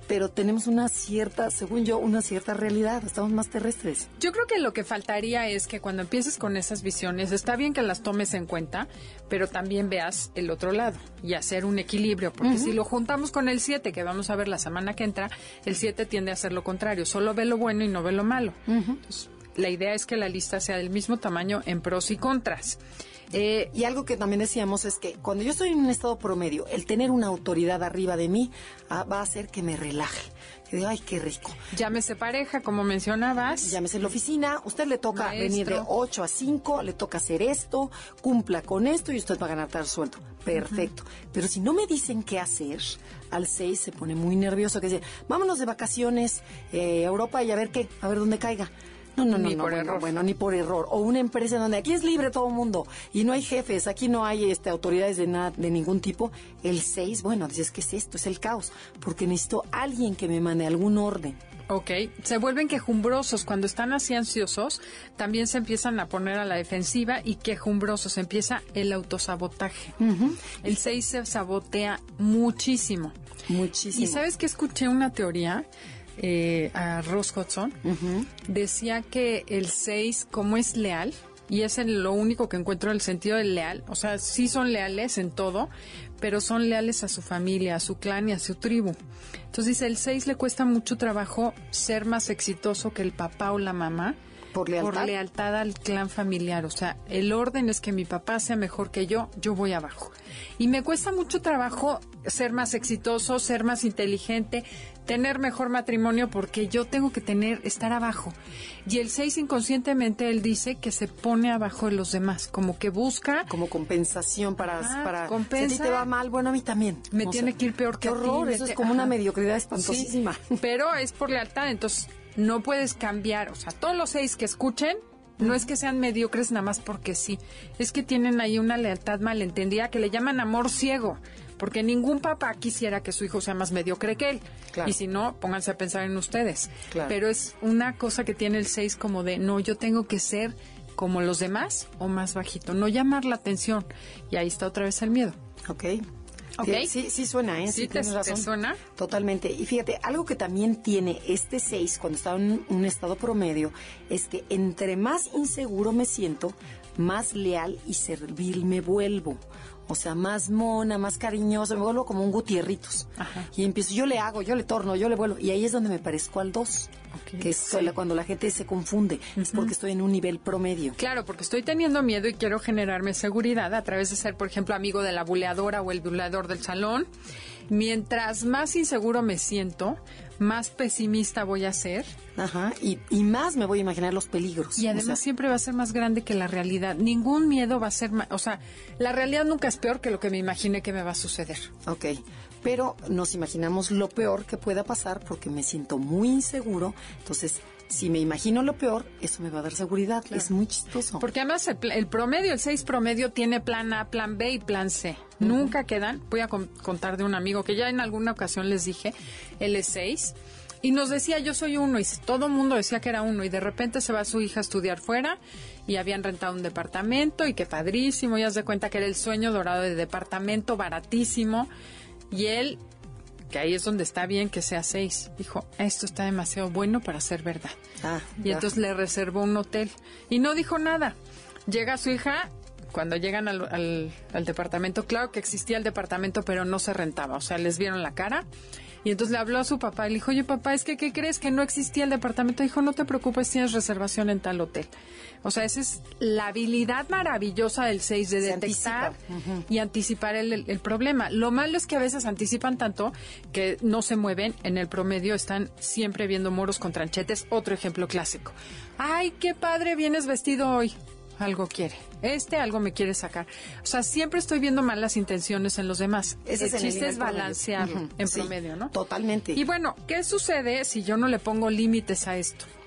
pero tenemos una cierta, según yo, una cierta realidad. Estamos más terrestres. Yo creo que lo que faltaría es que cuando empieces con esas visiones, está bien que las tomes en cuenta, pero también veas el otro lado y hacer un equilibrio, porque uh-huh. si lo juntamos con el siete, que vamos a ver la semana que entra, el siete tiende a hacer lo contrario, solo ve lo bueno y no ve lo malo. Uh-huh. Entonces, la idea es que la lista sea del mismo tamaño en pros y contras. Eh, y algo que también decíamos es que cuando yo estoy en un estado promedio, el tener una autoridad arriba de mí ah, va a hacer que me relaje. Que digo, ay, qué rico. Llámese pareja, como mencionabas. Llámese en la oficina, usted le toca Maestro. venir de ocho a cinco, le toca hacer esto, cumpla con esto y usted va a ganar tal sueldo. Perfecto. Uh-huh. Pero si no me dicen qué hacer, al seis se pone muy nervioso, que dice, vámonos de vacaciones eh, a Europa y a ver qué, a ver dónde caiga. No, no, no, ni no, por bueno, error. bueno, ni por error. O una empresa donde aquí es libre todo el mundo y no hay jefes, aquí no hay este, autoridades de nada, de ningún tipo. El seis, bueno, dices, ¿qué es esto? Es el caos, porque necesito alguien que me mande algún orden. Ok, se vuelven quejumbrosos. Cuando están así ansiosos, también se empiezan a poner a la defensiva y quejumbrosos. Empieza el autosabotaje. Uh-huh. El seis se sabotea muchísimo. Muchísimo. ¿Y sabes que escuché una teoría? Eh, a Ross Hudson, uh-huh. decía que el seis, como es leal, y es el, lo único que encuentro el sentido del leal, o sea, sí son leales en todo, pero son leales a su familia, a su clan y a su tribu. Entonces dice, el seis le cuesta mucho trabajo ser más exitoso que el papá o la mamá, ¿Por lealtad? por lealtad al clan familiar. O sea, el orden es que mi papá sea mejor que yo, yo voy abajo. Y me cuesta mucho trabajo ser más exitoso, ser más inteligente, tener mejor matrimonio, porque yo tengo que tener, estar abajo. Y el seis, inconscientemente, él dice que se pone abajo de los demás, como que busca... Como compensación para... Ah, para compensa. Si a ti te va mal, bueno, a mí también. Me o tiene sea, que ir peor que qué a ti. horror, eso te... es como Ajá. una mediocridad espantosísima. Sí, pero es por lealtad, entonces no puedes cambiar. O sea, todos los seis que escuchen, no es que sean mediocres nada más porque sí. Es que tienen ahí una lealtad malentendida que le llaman amor ciego. Porque ningún papá quisiera que su hijo sea más mediocre que él. Claro. Y si no, pónganse a pensar en ustedes. Claro. Pero es una cosa que tiene el seis como de, no, yo tengo que ser como los demás o más bajito. No llamar la atención. Y ahí está otra vez el miedo. Ok. Okay. Sí, sí suena, ¿eh? Sí, sí te, tienes razón. ¿te suena? Totalmente. Y fíjate, algo que también tiene este seis cuando está en un estado promedio es que entre más inseguro me siento, más leal y servil me vuelvo. O sea, más mona, más cariñosa, me vuelvo como un Gutierritos. Ajá. Y empiezo, yo le hago, yo le torno, yo le vuelvo. Y ahí es donde me parezco al dos. Okay. Que es sí. cuando la gente se confunde. Uh-huh. Es porque estoy en un nivel promedio. Claro, porque estoy teniendo miedo y quiero generarme seguridad a través de ser, por ejemplo, amigo de la buleadora o el buleador del salón. Mientras más inseguro me siento, más pesimista voy a ser. Ajá, y, y más me voy a imaginar los peligros. Y además o sea, siempre va a ser más grande que la realidad. Ningún miedo va a ser más... O sea, la realidad nunca es peor que lo que me imaginé que me va a suceder. Ok, pero nos imaginamos lo peor que pueda pasar porque me siento muy inseguro. Entonces, si me imagino lo peor, eso me va a dar seguridad. Claro. Es muy chistoso. Porque además el, el promedio, el seis promedio, tiene plan A, plan B y plan C. Uh-huh. Nunca quedan. Voy a con, contar de un amigo que ya en alguna ocasión les dije, él es seis, y nos decía, yo soy uno, y todo el mundo decía que era uno, y de repente se va su hija a estudiar fuera, y habían rentado un departamento, y qué padrísimo, ya se da cuenta que era el sueño dorado de departamento, baratísimo, y él... que ahí es donde está bien que sea seis. Dijo, esto está demasiado bueno para ser verdad. Ah, y entonces le reservó un hotel. Y no dijo nada. Llega su hija, cuando llegan al, al, al departamento, claro que existía el departamento, pero no se rentaba. O sea, les vieron la cara. Y entonces le habló a su papá y le dijo, oye, papá, es que, ¿qué crees? Que no existía el departamento. Dijo, no te preocupes, tienes reservación en tal hotel. O sea, esa es la habilidad maravillosa del seis, de se detectar uh-huh. y anticipar el, el, el problema. Lo malo es que a veces anticipan tanto que no se mueven. En el promedio están siempre viendo moros con tranchetes. Otro ejemplo clásico. Ay, qué padre, vienes vestido hoy. Algo quiere. Este algo me quiere sacar. O sea, siempre estoy viendo malas intenciones en los demás. Ese el es chiste es balancearlo uh-huh. en sí, promedio, ¿no? Totalmente. Y bueno, ¿qué sucede si yo no le pongo límites a esto?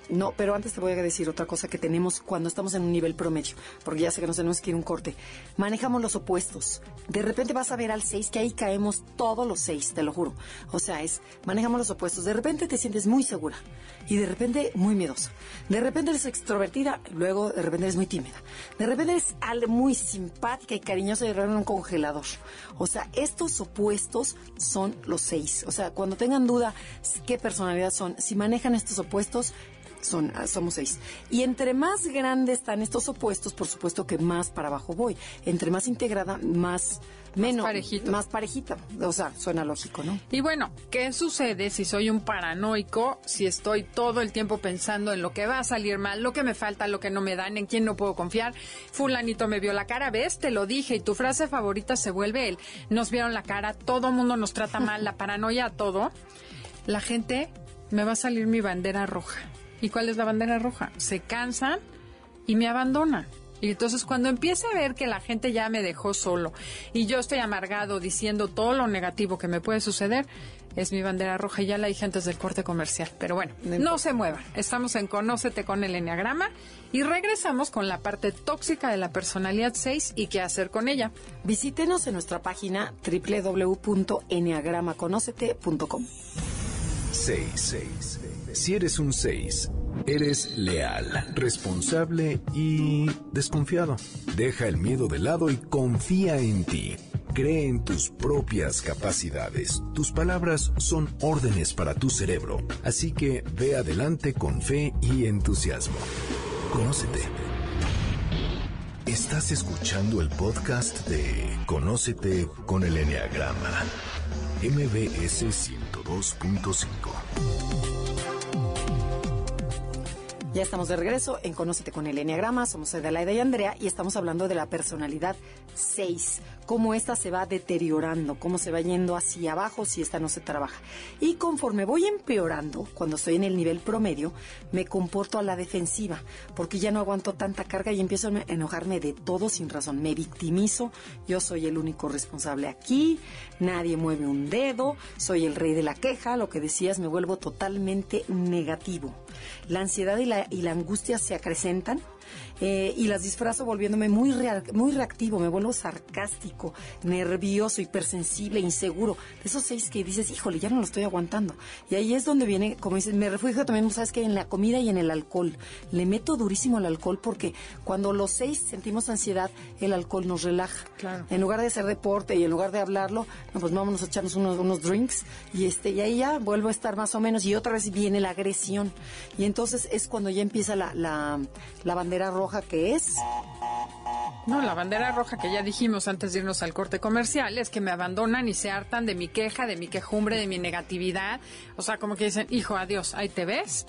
No, pero antes te voy a decir otra cosa que tenemos cuando estamos en un nivel promedio, porque ya sé que nos tenemos que ir a un corte. Manejamos los opuestos. De repente vas a ver al seis, que ahí caemos todos los seis, te lo juro. O sea, es, manejamos los opuestos. De repente te sientes muy segura y de repente muy miedosa. De repente eres extrovertida, luego de repente eres muy tímida. De repente eres muy simpática y cariñosa y de repente un congelador. O sea, estos opuestos son los seis. O sea, cuando tengan duda qué personalidad son, si manejan estos opuestos, Son, somos seis. Y entre más grandes están estos opuestos, por supuesto que más para abajo voy. Entre más integrada, más... Menos, más parejito. Más parejita. O sea, suena lógico, ¿no? Y bueno, ¿qué sucede si soy un paranoico? Si estoy todo el tiempo pensando en lo que va a salir mal, lo que me falta, lo que no me dan, en quién no puedo confiar. Fulanito me vio la cara, ¿ves? Te lo dije. Y tu frase favorita se vuelve el nos vieron la cara, todo mundo nos trata mal, la paranoia a todo. La gente, me va a salir mi bandera roja. ¿Y cuál es la bandera roja? Se cansan y me abandonan. Y entonces cuando empiece a ver que la gente ya me dejó solo y yo estoy amargado diciendo todo lo negativo que me puede suceder, es mi bandera roja. Y ya la dije antes del corte comercial. Pero bueno, no, no se muevan. Estamos en Conócete con el Enneagrama y regresamos con la parte tóxica de la personalidad seis y qué hacer con ella. Visítenos en nuestra página doble u doble u doble u punto enneagrama conócete punto com. seis. Si eres un seis, eres leal, responsable y desconfiado. Deja el miedo de lado y confía en ti. Cree en tus propias capacidades. Tus palabras son órdenes para tu cerebro. Así que ve adelante con fe y entusiasmo. Conócete. Estás escuchando el podcast de Conócete con el Enneagrama. M B S ciento dos punto cinco. Ya estamos de regreso en Conócete con el Enneagrama. Somos Adelaida y Andrea y estamos hablando de la personalidad seis. Cómo esta se va deteriorando, cómo se va yendo hacia abajo si esta no se trabaja. Y conforme voy empeorando, cuando estoy en el nivel promedio, me comporto a la defensiva, porque ya no aguanto tanta carga y empiezo a enojarme de todo sin razón. Me victimizo, yo soy el único responsable aquí, nadie mueve un dedo, soy el rey de la queja, lo que decías, me vuelvo totalmente negativo. La ansiedad y la, y la angustia se acrecentan. Eh, y las disfrazo volviéndome muy, rea- muy reactivo, me vuelvo sarcástico, nervioso, hipersensible, inseguro. De esos seis que dices, híjole, ya no lo estoy aguantando. Y ahí es donde viene, como dices, me refugio también, ¿sabes qué? En la comida y en el alcohol. Le meto durísimo al alcohol porque cuando los seis sentimos ansiedad, el alcohol nos relaja. Claro. En lugar de hacer deporte y en lugar de hablarlo, no, pues vámonos a echarnos unos, unos drinks y, este, y ahí ya vuelvo a estar más o menos y otra vez viene la agresión. Y entonces es cuando ya empieza la, la, la bandera roja, que es... No, la bandera roja que ya dijimos antes de irnos al corte comercial es que me abandonan y se hartan de mi queja, de mi quejumbre, de mi negatividad. O sea, como que dicen, hijo, adiós, ahí te ves.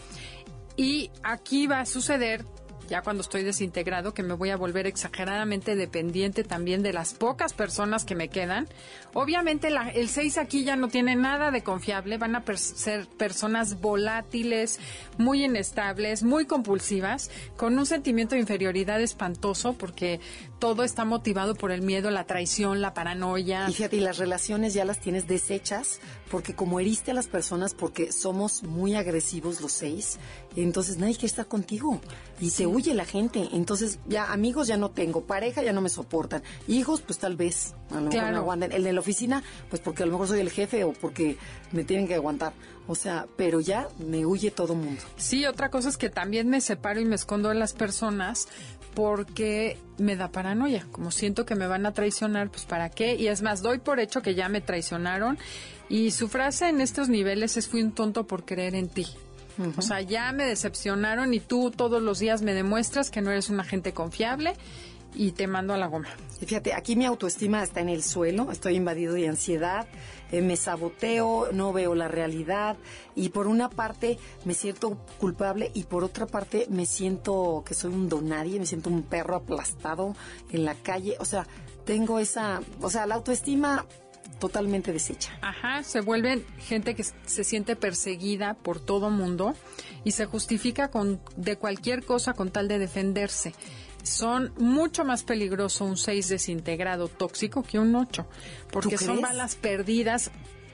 Y aquí va a suceder, ya cuando estoy desintegrado, que me voy a volver exageradamente dependiente también de las pocas personas que me quedan. Obviamente la, el seis aquí ya no tiene nada de confiable, van a per- ser personas volátiles, muy inestables, muy compulsivas, con un sentimiento de inferioridad espantoso porque todo está motivado por el miedo, la traición, la paranoia. Y fíjate, y las relaciones ya las tienes deshechas porque como heriste a las personas, porque somos muy agresivos los seis, entonces nadie quiere estar contigo y se huye la gente. Entonces ya amigos ya no tengo, pareja ya no me soportan, hijos pues tal vez, a lo mejor Claro. me aguantan. El de la oficina pues porque a lo mejor soy el jefe o porque me tienen que aguantar. O sea, pero ya me huye todo mundo. Sí, otra cosa es que también me separo y me escondo de las personas porque me da paranoia. Como siento que me van a traicionar, pues ¿para qué? Y es más, doy por hecho que ya me traicionaron. Y su frase en estos niveles es: fui un tonto por creer en ti. Uh-huh. O sea, ya me decepcionaron y tú todos los días me demuestras que no eres una gente confiable y te mando a la goma. Y fíjate, aquí mi autoestima está en el suelo, estoy invadido de ansiedad, eh, me saboteo, no veo la realidad y por una parte me siento culpable y por otra parte me siento que soy un donadie, me siento un perro aplastado en la calle. O sea, tengo esa, o sea, la autoestima totalmente deshecha. Ajá, se vuelven gente que se siente perseguida por todo mundo y se justifica con de cualquier cosa con tal de defenderse. Son mucho más peligroso un seis desintegrado tóxico que un ocho, porque son balas perdidas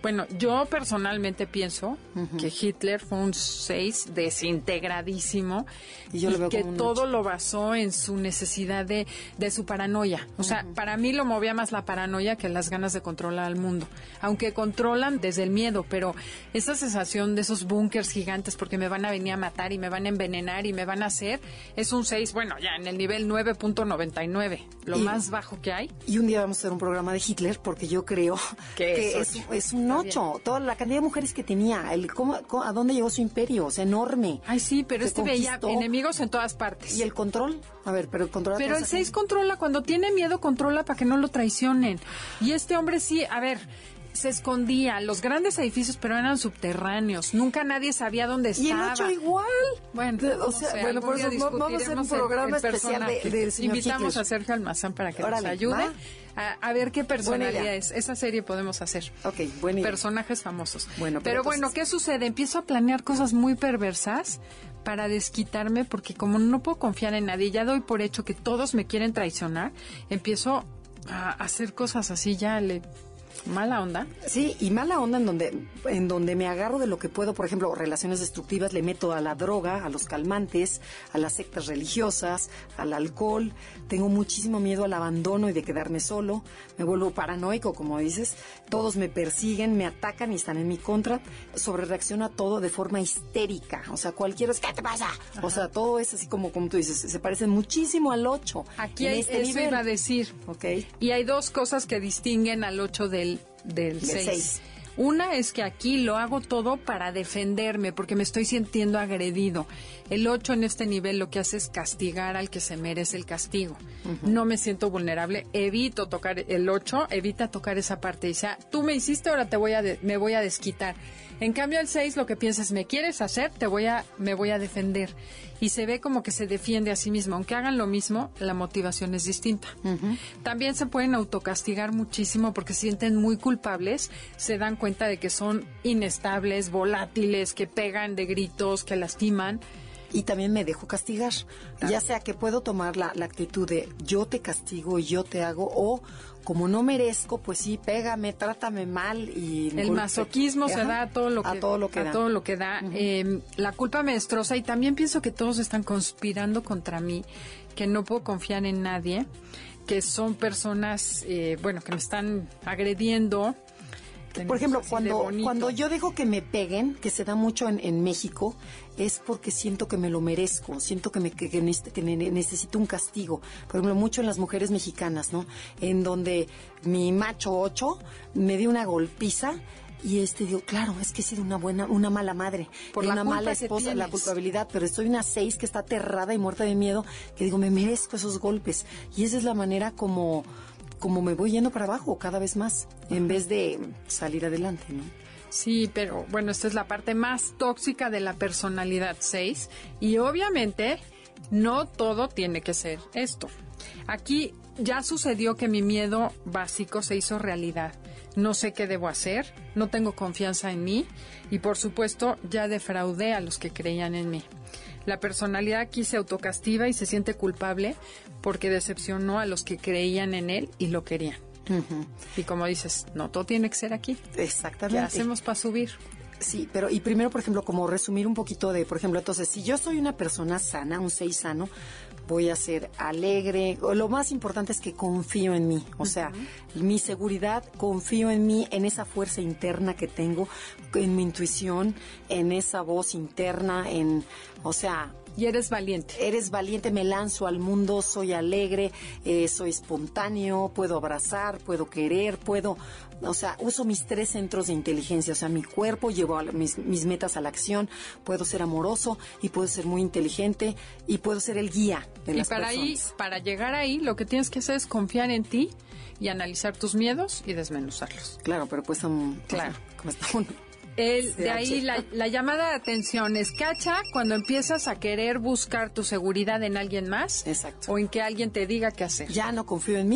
Bueno, yo personalmente pienso uh-huh. que Hitler fue un seis desintegradísimo y, yo y lo veo que como un todo ocho. lo basó en su necesidad de, de su paranoia. O uh-huh. sea, para mí lo movía más la paranoia que las ganas de controlar al mundo. Aunque controlan desde el miedo, pero esa sensación de esos búnkers gigantes porque me van a venir a matar y me van a envenenar y me van a hacer, es un seis, bueno, ya en el nivel nueve punto noventa y nueve, lo y, más bajo que hay. Y un día vamos a hacer un programa de Hitler porque yo creo que es, es un ocho. Toda la cantidad de mujeres que tenía, el cómo, cómo, a dónde llegó su imperio, o sea, enorme. Ay, sí, pero Se este conquistó. veía enemigos en todas partes. ¿Y el control? A ver, pero el control... Pero el seis controla, cuando tiene miedo controla para que no lo traicionen. Y este hombre sí, a ver... se escondía, los grandes edificios pero eran subterráneos, nunca nadie sabía dónde estaba. Y el ocho igual. Bueno, o sea, sé, bueno, por eso vamos a hacer un programa el, el especial de, de señor Invitamos Hitler. a Sergio Almazán para que Órale, nos ayude a, a ver qué personalidad es. Esa serie podemos hacer. Ok, buena idea. Personajes famosos. Bueno, pero, pero bueno, ¿qué sucede? Empiezo a planear cosas muy perversas para desquitarme, porque como no puedo confiar en nadie, ya doy por hecho que todos me quieren traicionar, empiezo a hacer cosas así, ya le... mala onda. Sí, y mala onda en donde en donde me agarro de lo que puedo, por ejemplo, relaciones destructivas, le meto a la droga, a los calmantes, a las sectas religiosas, al alcohol. Tengo muchísimo miedo al abandono y de quedarme solo. Me vuelvo paranoico, como dices. Todos me persiguen, me atacan y están en mi contra. Sobrereacciono a todo de forma histérica. O sea, cualquiera es, ¿qué te pasa? Ajá. O sea, todo es así como, como tú dices, se parece muchísimo al ocho. Aquí hay, este eso nivel. Iba a decir. Okay. Y hay dos cosas que distinguen al ocho del del seis. Una es que aquí lo hago todo para defenderme, porque me estoy sintiendo agredido. El ocho en este nivel lo que hace es castigar al que se merece el castigo. Uh-huh. No me siento vulnerable, evito tocar el ocho, evita tocar esa parte. Y sea, tú me hiciste, ahora te voy a de, me voy a desquitar. En cambio el seis lo que piensa es, me quieres hacer, te voy a, me voy a defender. Y se ve como que se defiende a sí mismo. Aunque hagan lo mismo, la motivación es distinta. Uh-huh. También se pueden autocastigar muchísimo porque se sienten muy culpables, se dan cuenta de que son inestables, volátiles, que pegan de gritos, que lastiman. Y también me dejo castigar. Claro. Ya sea que puedo tomar la, la actitud de yo te castigo y yo te hago, o como no merezco, pues sí, pégame, trátame mal. Y el golpe. Masoquismo Ajá. se da a todo lo que, a todo lo que a da. Todo lo que da. Uh-huh. eh, la culpa me destroza y también pienso que todos están conspirando contra mí, que no puedo confiar en nadie, que son personas, eh, bueno, que me están agrediendo. Por ejemplo, cuando, cuando yo dejo que me peguen, que se da mucho en, en México, es porque siento que me lo merezco, siento que, me, que, que, necesito, que necesito un castigo. Por ejemplo, mucho en las mujeres mexicanas, ¿no? En donde mi macho ocho me dio una golpiza y este digo, claro, es que he sido una buena, una mala madre, por una mala esposa, la culpabilidad, pero estoy una seis que está aterrada y muerta de miedo, que digo, me merezco esos golpes. Y esa es la manera como... como me voy yendo para abajo cada vez más, en vez de salir adelante, ¿no? Sí, pero bueno, esta es la parte más tóxica de la personalidad seis y obviamente no todo tiene que ser esto. Aquí ya sucedió que mi miedo básico se hizo realidad. No sé qué debo hacer, no tengo confianza en mí y por supuesto ya defraudé a los que creían en mí. La personalidad aquí se autocastiga y se siente culpable porque decepcionó a los que creían en él y lo querían. Uh-huh. Y como dices, no todo tiene que ser aquí. Exactamente. ¿Qué hacemos para subir? Sí, pero y primero, por ejemplo, como resumir un poquito de, por ejemplo, entonces, si yo soy una persona sana, un seis sano, voy a ser alegre. Lo más importante es que confío en mí. O sea, uh-huh. mi seguridad, confío en mí, en esa fuerza interna que tengo, en mi intuición, en esa voz interna, en, o sea... Y eres valiente. Eres valiente, me lanzo al mundo, soy alegre, eh, soy espontáneo, puedo abrazar, puedo querer, puedo... O sea, uso mis tres centros de inteligencia, o sea, mi cuerpo, llevo a mis, mis metas a la acción, puedo ser amoroso y puedo ser muy inteligente y puedo ser el guía de las personas. Y para ahí, para llegar ahí, lo que tienes que hacer es confiar en ti y analizar tus miedos y desmenuzarlos. Claro, pero pues un... Claro. Como está uno. El, de ahí la, la llamada de atención es cacha cuando empiezas a querer buscar tu seguridad en alguien más. Exacto. O en que alguien te diga qué hacer. Ya no confío en mí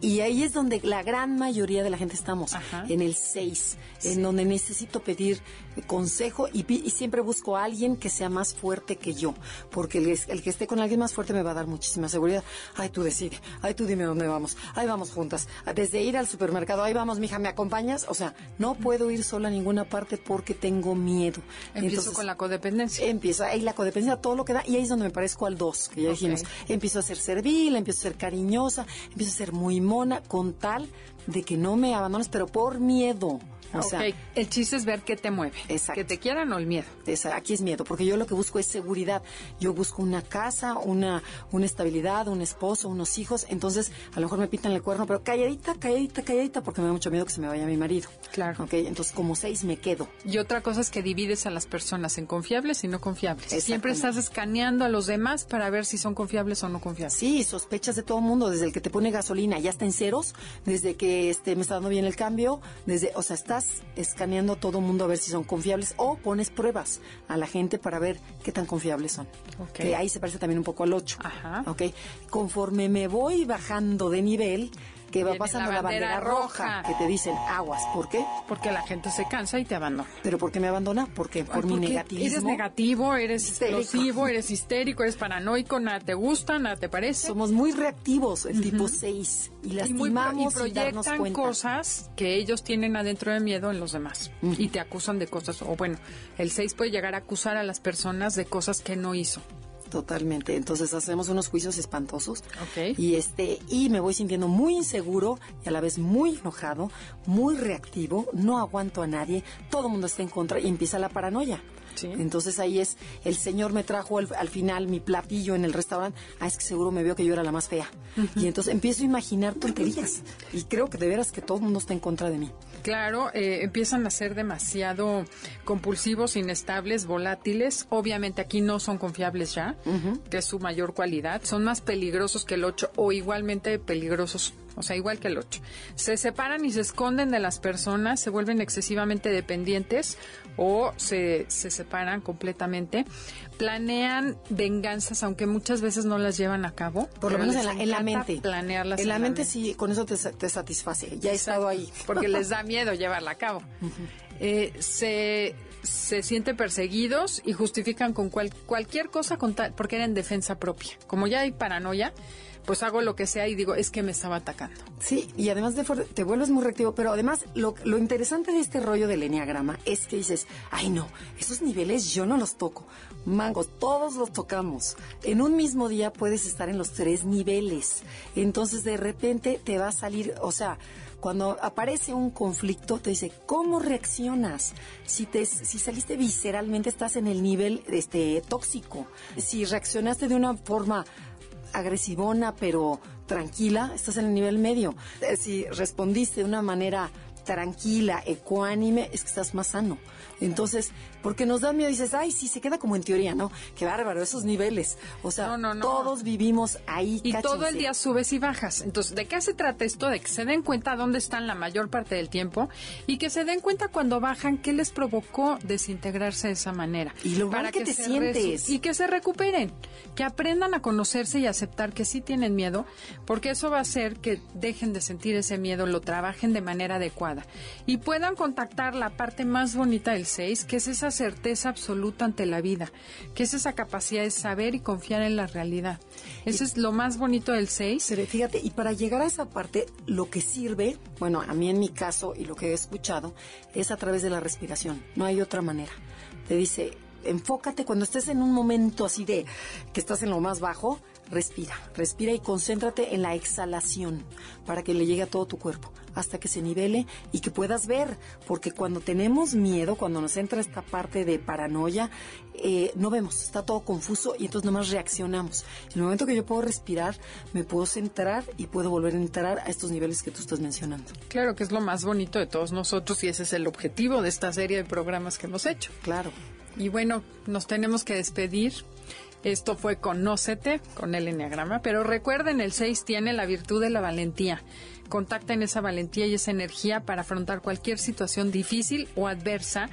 Y ahí es donde la gran mayoría de la gente estamos, Ajá. en el seis, sí. en donde necesito pedir consejo y, y siempre busco a alguien que sea más fuerte que yo, porque el, el que esté con alguien más fuerte me va a dar muchísima seguridad. Ay, tú decide, ay, tú dime dónde vamos, ay, vamos juntas, desde ir al supermercado, ay, vamos, mija, ¿me acompañas? O sea, no puedo ir sola a ninguna parte porque tengo miedo. Empiezo Entonces, con la codependencia. Empiezo, ahí la codependencia, todo lo que da, y ahí es donde me parezco al dos, que ya okay. dijimos. Empiezo a ser servil, empiezo a ser cariñosa, empiezo a ser muy mona, con tal de que no me abandones, pero por miedo. O okay. sea, el chiste es ver qué te mueve. Exacto. Que te quieran o el miedo. Esa, aquí es miedo, porque yo lo que busco es seguridad. Yo busco una casa, una, una estabilidad, un esposo, unos hijos. Entonces, a lo mejor me pintan el cuerno, pero calladita, calladita, calladita, porque me da mucho miedo que se me vaya mi marido. Claro. Okay. Entonces, como seis me quedo. Y otra cosa es que divides a las personas en confiables y no confiables. Siempre estás escaneando a los demás para ver si son confiables o no confiables. Sí, sospechas de todo el mundo, desde el que te pone gasolina, ya está en ceros, desde que este me está dando bien el cambio, desde, o sea, estás escaneando a todo mundo a ver si son confiables o pones pruebas a la gente para ver qué tan confiables son. Okay. Que ahí se parece también un poco al ocho. Ajá. Okay. Conforme me voy bajando de nivel, que va pasando la bandera, la bandera roja, roja, que te dicen aguas. ¿Por qué? Porque la gente se cansa y te abandona. ¿Pero por qué me abandona? Porque por mi negativismo. Eres negativo, eres histérico. explosivo, eres histérico, eres paranoico, nada te gusta, nada te parece. Somos muy reactivos, el uh-huh. tipo seis, y lastimamos y, muy, y proyectan sin darnos cosas que ellos tienen adentro de miedo en los demás. Uh-huh. Y te acusan de cosas, o bueno, el seis puede llegar a acusar a las personas de cosas que no hizo. Totalmente. Entonces hacemos unos juicios espantosos. Okay. Y este y me voy sintiendo muy inseguro y a la vez muy enojado, muy reactivo, no aguanto a nadie, todo el mundo está en contra y empieza la paranoia. Sí. Entonces ahí es, el señor me trajo al, al final mi platillo en el restaurante, ah, es que seguro me vio que yo era la más fea. Uh-huh. Y entonces empiezo a imaginar tonterías y creo que de veras que todo el mundo está en contra de mí. Claro, eh, empiezan a ser demasiado compulsivos, inestables, volátiles. Obviamente aquí no son confiables ya, uh-huh. que es su mayor cualidad. Son más peligrosos que el ocho o igualmente peligrosos. O sea, igual que el ocho. Se separan y se esconden de las personas, se vuelven excesivamente dependientes o se, se separan completamente. Planean venganzas, aunque muchas veces no las llevan a cabo. Por lo menos en la, en la mente. Planearlas en, en la mente, mente sí, con eso te, te satisface. Ya he estado ahí. Porque les da miedo llevarla a cabo. Uh-huh. Eh, se... se sienten perseguidos y justifican con cual, cualquier cosa con tal, porque era en defensa propia. Como ya hay paranoia, pues hago lo que sea y digo, es que me estaba atacando. Sí, y además de te vuelves muy reactivo, pero además lo, lo interesante de este rollo del eneagrama es que dices, ay no, esos niveles yo no los toco. Mangos, todos los tocamos. En un mismo día puedes estar en los tres niveles. Entonces de repente te va a salir, o sea, cuando aparece un conflicto, te dice, ¿cómo reaccionas? Si te, si saliste visceralmente, estás en el nivel este, tóxico. Si reaccionaste de una forma agresivona, pero tranquila, estás en el nivel medio. Si respondiste de una manera tranquila, ecuánime, es que estás más sano. Entonces, porque nos da miedo, dices, ay, sí, se queda como en teoría, ¿no? Qué bárbaro, esos niveles. O sea, no, no, no. todos vivimos ahí. Y cáchense. Todo el día subes y bajas. Entonces, ¿de qué se trata esto? De que se den cuenta dónde están la mayor parte del tiempo y que se den cuenta cuando bajan qué les provocó desintegrarse de esa manera. Y lo mal que, que te sientes. Y que se recuperen, que aprendan a conocerse y aceptar que sí tienen miedo, porque eso va a hacer que dejen de sentir ese miedo, lo trabajen de manera adecuada y puedan contactar la parte más bonita del seis, que es esa certeza absoluta ante la vida, que es esa capacidad de saber y confiar en la realidad. Eso y, es lo más bonito del seis. Pero fíjate, y para llegar a esa parte, lo que sirve, bueno, a mí en mi caso y lo que he escuchado, es a través de la respiración. No hay otra manera. Te dice, enfócate cuando estés en un momento así de que estás en lo más bajo, respira, respira y concéntrate en la exhalación para que le llegue a todo tu cuerpo, hasta que se nivele y que puedas ver, porque cuando tenemos miedo, cuando nos entra esta parte de paranoia, eh, no vemos, está todo confuso y entonces nomás reaccionamos. En el momento que yo puedo respirar, me puedo centrar y puedo volver a entrar a estos niveles que tú estás mencionando. Claro que es lo más bonito de todos nosotros y ese es el objetivo de esta serie de programas que hemos hecho. Claro. Y bueno, nos tenemos que despedir. Esto fue Conócete con el Eneagrama, pero recuerden, el seis tiene la virtud de la valentía. Contacten esa valentía y esa energía para afrontar cualquier situación difícil o adversa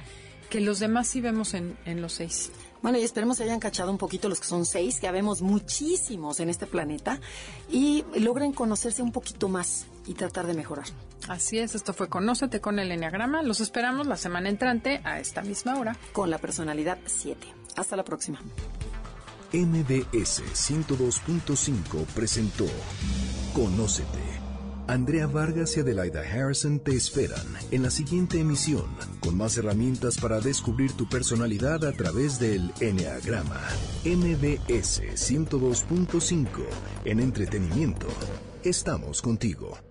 que los demás sí vemos en, en los seis. Bueno, y esperemos se hayan cachado un poquito los que son seis, que habemos muchísimos en este planeta, y logren conocerse un poquito más y tratar de mejorar. Así es, esto fue Conócete con el Enneagrama. Los esperamos la semana entrante a esta misma hora. Con la personalidad siete. Hasta la próxima. M B S ciento dos punto cinco presentó Conócete. Andrea Vargas y Adelaida Harrison te esperan en la siguiente emisión con más herramientas para descubrir tu personalidad a través del Enneagrama. M B S ciento dos punto cinco en entretenimiento. Estamos contigo.